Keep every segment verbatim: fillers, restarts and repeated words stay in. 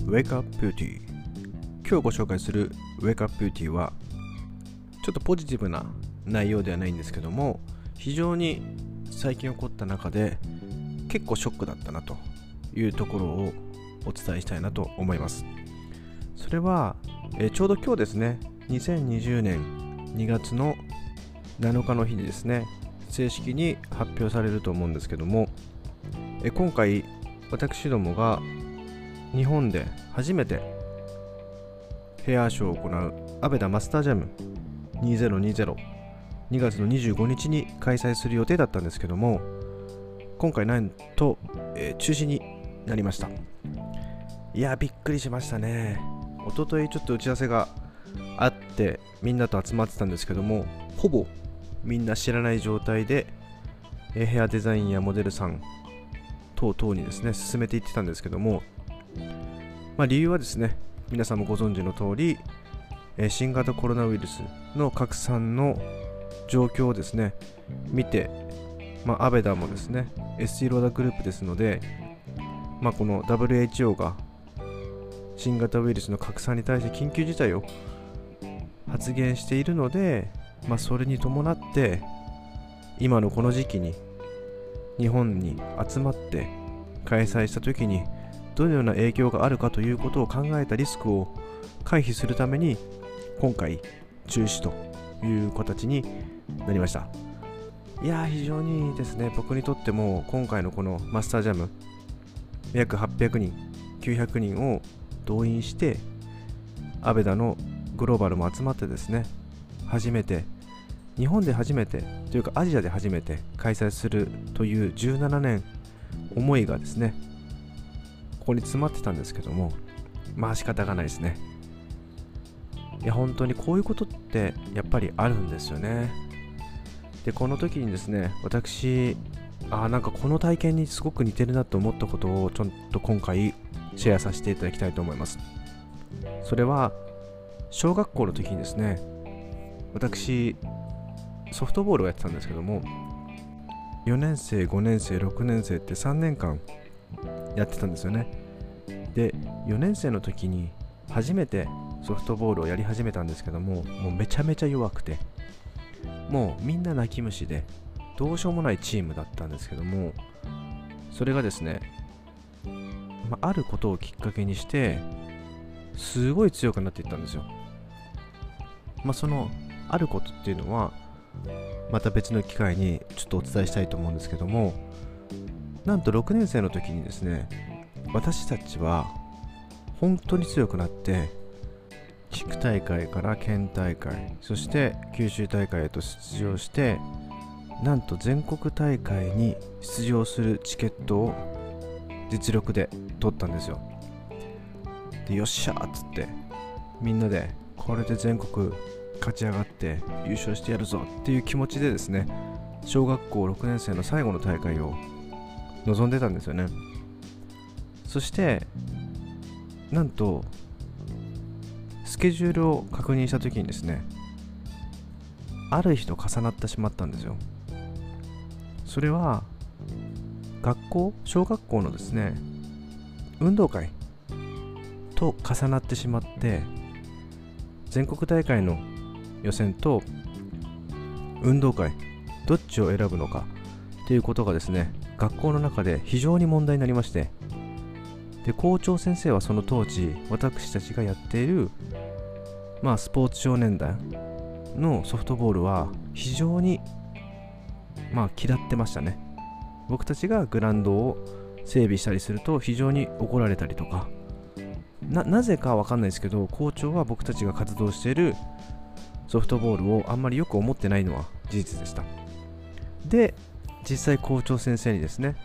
Wake Up Beauty。 今日ご紹介する Wake Up Beauty はちょっとポジティブな内容ではないんですけども、非常に最近起こった中で結構ショックだったなというところをお伝えしたいなと思います。それは、えー、ちょうど今日ですね、にせんにじゅうねんにがつのなのかの日にですね、正式に発表されると思うんですけども、えー、今回私どもが日本で初めてヘアショーを行うアベダマスタージャムにせんにじゅう にがつのにじゅうごにちに開催する予定だったんですけども、今回なんと、えー、中止になりました。いやびっくりしましたね。一昨日ちょっと打ち合わせがあってみんなと集まってたんですけども、ほぼみんな知らない状態で、えー、ヘアデザインやモデルさん等々にですね進めていってたんですけども、まあ、理由はですね、皆さんもご存知の通り、えー、新型コロナウイルスの拡散の状況をですね見て、まあ、アベダもですね エスティー ローダグループですので、まあ、この ダブリューエイチオー が新型ウイルスの拡散に対して緊急事態を発言しているので、まあ、それに伴って今のこの時期に日本に集まって開催した時にどのような影響があるかということを考えたリスクを回避するために今回中止という形になりました。いやー非常にですね、僕にとっても今回のこのマスタージャム約はっぴゃくにんきゅうひゃくにんを動員してアベダのグローバルも集まってですね、初めて日本で初めてというかアジアで初めて開催するというじゅうななねん思いがですねここに詰まってたんですけども、まあ仕方がないですね。いや本当にこういうことってやっぱりあるんですよね。でこの時にですね、私あなんかこの体験にすごく似てるなと思ったことをちょっと今回シェアさせていただきたいと思います。それは小学校の時にですね、私ソフトボールをやってたんですけども、よねんせいごねんせいろくねんせいってさんねんかんやってたんですよね。でよねんせいの時に初めてソフトボールをやり始めたんですけども、もうめちゃめちゃ弱くて、もうみんな泣き虫でどうしようもないチームだったんですけども、それがですね、まあ、あることをきっかけにしてすごい強くなっていったんですよ。まあそのあることっていうのはまた別の機会にちょっとお伝えしたいと思うんですけども、なんとろくねんせいの時にですね、私たちは本当に強くなって地区大会から県大会、そして九州大会へと出場して、なんと全国大会に出場するチケットを実力で取ったんですよ。でよっしゃーっつってみんなでこれで全国勝ち上がって優勝してやるぞっていう気持ちでですね、小学校ろくねんせいの最後の大会を臨んでたんですよね。そしてなんとスケジュールを確認した時にですね、ある日と重なってしまったんですよ。それは学校小学校のですね運動会と重なってしまって、全国大会の予選と運動会どっちを選ぶのかということがですね、学校の中で非常に問題になりまして、で校長先生はその当時私たちがやっている、まあ、スポーツ少年団のソフトボールは非常にまあ嫌ってましたね。僕たちがグラウンドを整備したりすると非常に怒られたりとか、 な, なぜかわかんないですけど、校長は僕たちが活動しているソフトボールをあんまりよく思ってないのは事実でした。で実際校長先生にですね、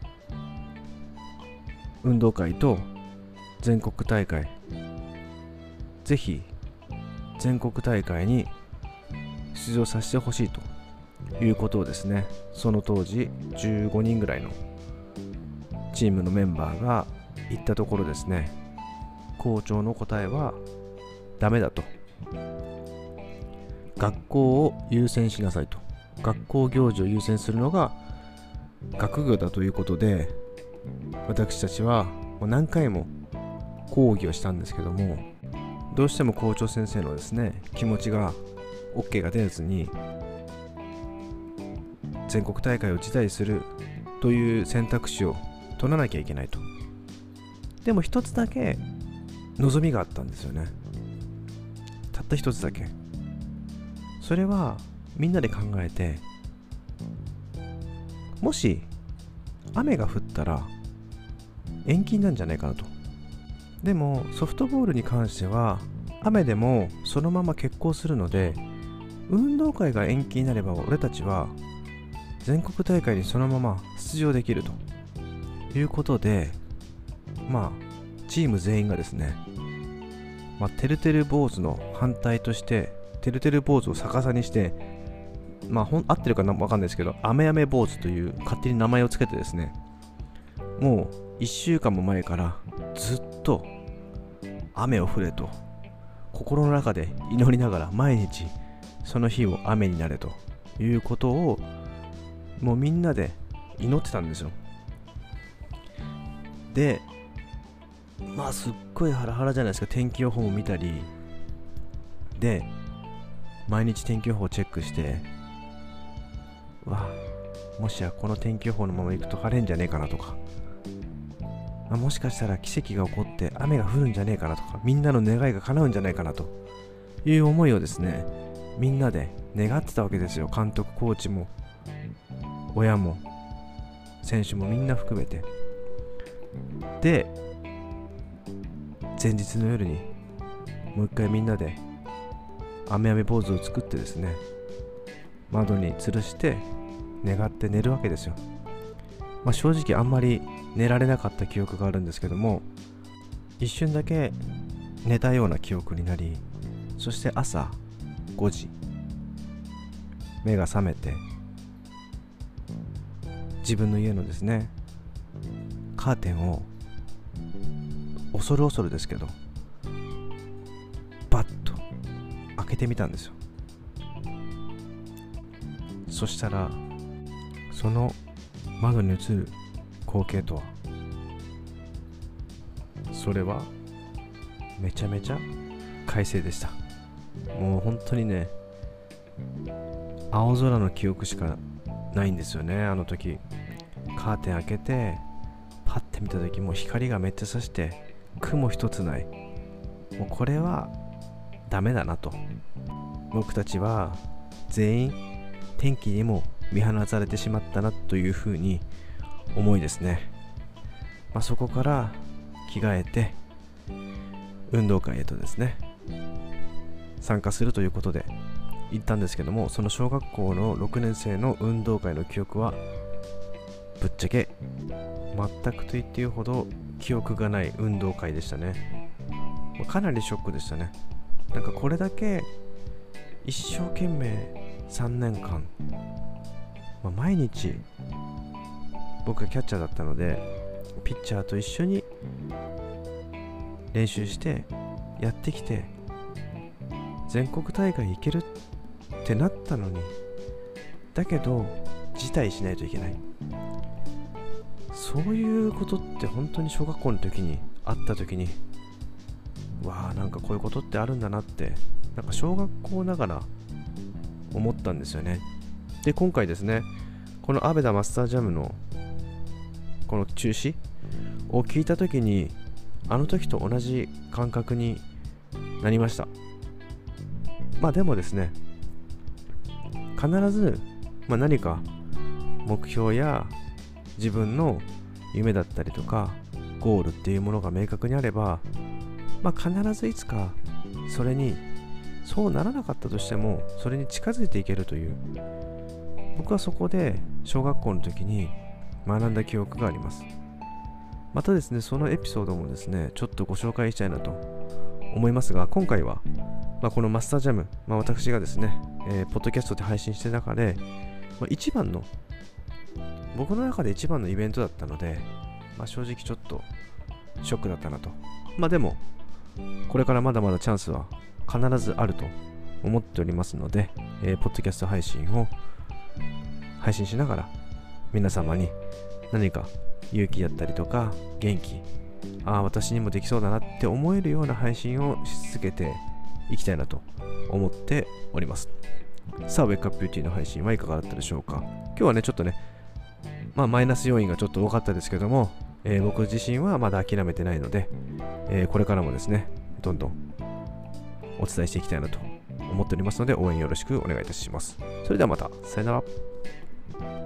運動会と全国大会、ぜひ全国大会に出場させてほしいということをですね、その当時じゅうごにんぐらいのチームのメンバーが言ったところですね、校長の答えはダメだと、学校を優先しなさいと、学校行事を優先するのが学業だということで、私たちはもう何回も講義をしたんですけども、どうしても校長先生のですね気持ちが OK が出ずに全国大会を辞退するという選択肢を取らなきゃいけないと。でも一つだけ望みがあったんですよね。たった一つだけ。それはみんなで考えて、もし雨が降ったら延期になるんじゃないかなと。でもソフトボールに関しては雨でもそのまま決行するので、運動会が延期になれば俺たちは全国大会にそのまま出場できるということで、まあチーム全員がですね、まあ、てるてる坊主の反対としててるてる坊主を逆さにして、まあほん合ってるかなわかんないですけど、アメアメ坊主という勝手に名前をつけてですね、もういっしゅうかんも前からずっと雨を降れと心の中で祈りながら毎日その日を雨になれということをもうみんなで祈ってたんですよ。で、まあすっごいハラハラじゃないですか。天気予報を見たりで毎日天気予報をチェックして、わあもしやこの天気予報のまま行くと晴れんじゃねえかなとか、あもしかしたら奇跡が起こって雨が降るんじゃねえかなとか、みんなの願いが叶うんじゃないかなという思いをですね、みんなで願ってたわけですよ。監督、コーチも親も選手もみんな含めて。で前日の夜にもう一回みんなで雨雨坊主を作ってですね、窓に吊るして願って寝るわけですよ。まあ正直あんまり寝られなかった記憶があるんですけども、一瞬だけ寝たような記憶になり、そして朝ごじ目が覚めて、自分の家のですねカーテンを恐る恐るですけどバッと開けてみたんですよ。そしたらその窓に映る光景とは、それはめちゃめちゃ快晴でした。もう本当にね、青空の記憶しかないんですよね。あの時カーテン開けてパッて見た時、もう光がめっちゃ差して雲一つない。もうこれはダメだなと。僕たちは全員天気にも見放されてしまったなというふうに思いですね。まあ、そこから着替えて運動会へとですね参加するということで行ったんですけども、その小学校のろくねん生の運動会の記憶はぶっちゃけ全くと言っていいほど記憶がない運動会でしたね。かなりショックでしたね。なんかこれだけ一生懸命さんねんかん、まあ、毎日僕がキャッチャーだったのでピッチャーと一緒に練習してやってきて全国大会行けるってなったのに、だけど辞退しないといけない。そういうことって本当に小学校の時にあった時に、わあなんかこういうことってあるんだなって、なんか小学校ながら思ったんですよね。で今回ですね、このアベダマスタージャムのこの中止を聞いた時に、あの時と同じ感覚になりました。まあでもですね、必ず、まあ、何か目標や自分の夢だったりとかゴールっていうものが明確にあれば、まあ、必ずいつかそれにそうならなかったとしてもそれに近づいていけるという、僕はそこで小学校の時に学んだ記憶があります。またですね、そのエピソードもですねちょっとご紹介したいなと思いますが、今回は、まあ、このマスタージャム、まあ、私がですね、えー、ポッドキャストで配信してる中で、まあ、一番の僕の中で一番のイベントだったので、まあ、正直ちょっとショックだったなと。まあでもこれからまだまだチャンスは必ずあると思っておりますので、えー、ポッドキャスト配信を配信しながら皆様に何か勇気だったりとか元気ああ私にもできそうだなって思えるような配信をし続けていきたいなと思っております。さあウェイクアップビューティーの配信はいかがだったでしょうか。今日はねちょっとねまあマイナス要因がちょっと多かったですけども、えー、僕自身はまだ諦めてないので、えー、これからもですねどんどんお伝えしていきたいなと思っておりますので応援よろしくお願いいたします。それではまたさよなら。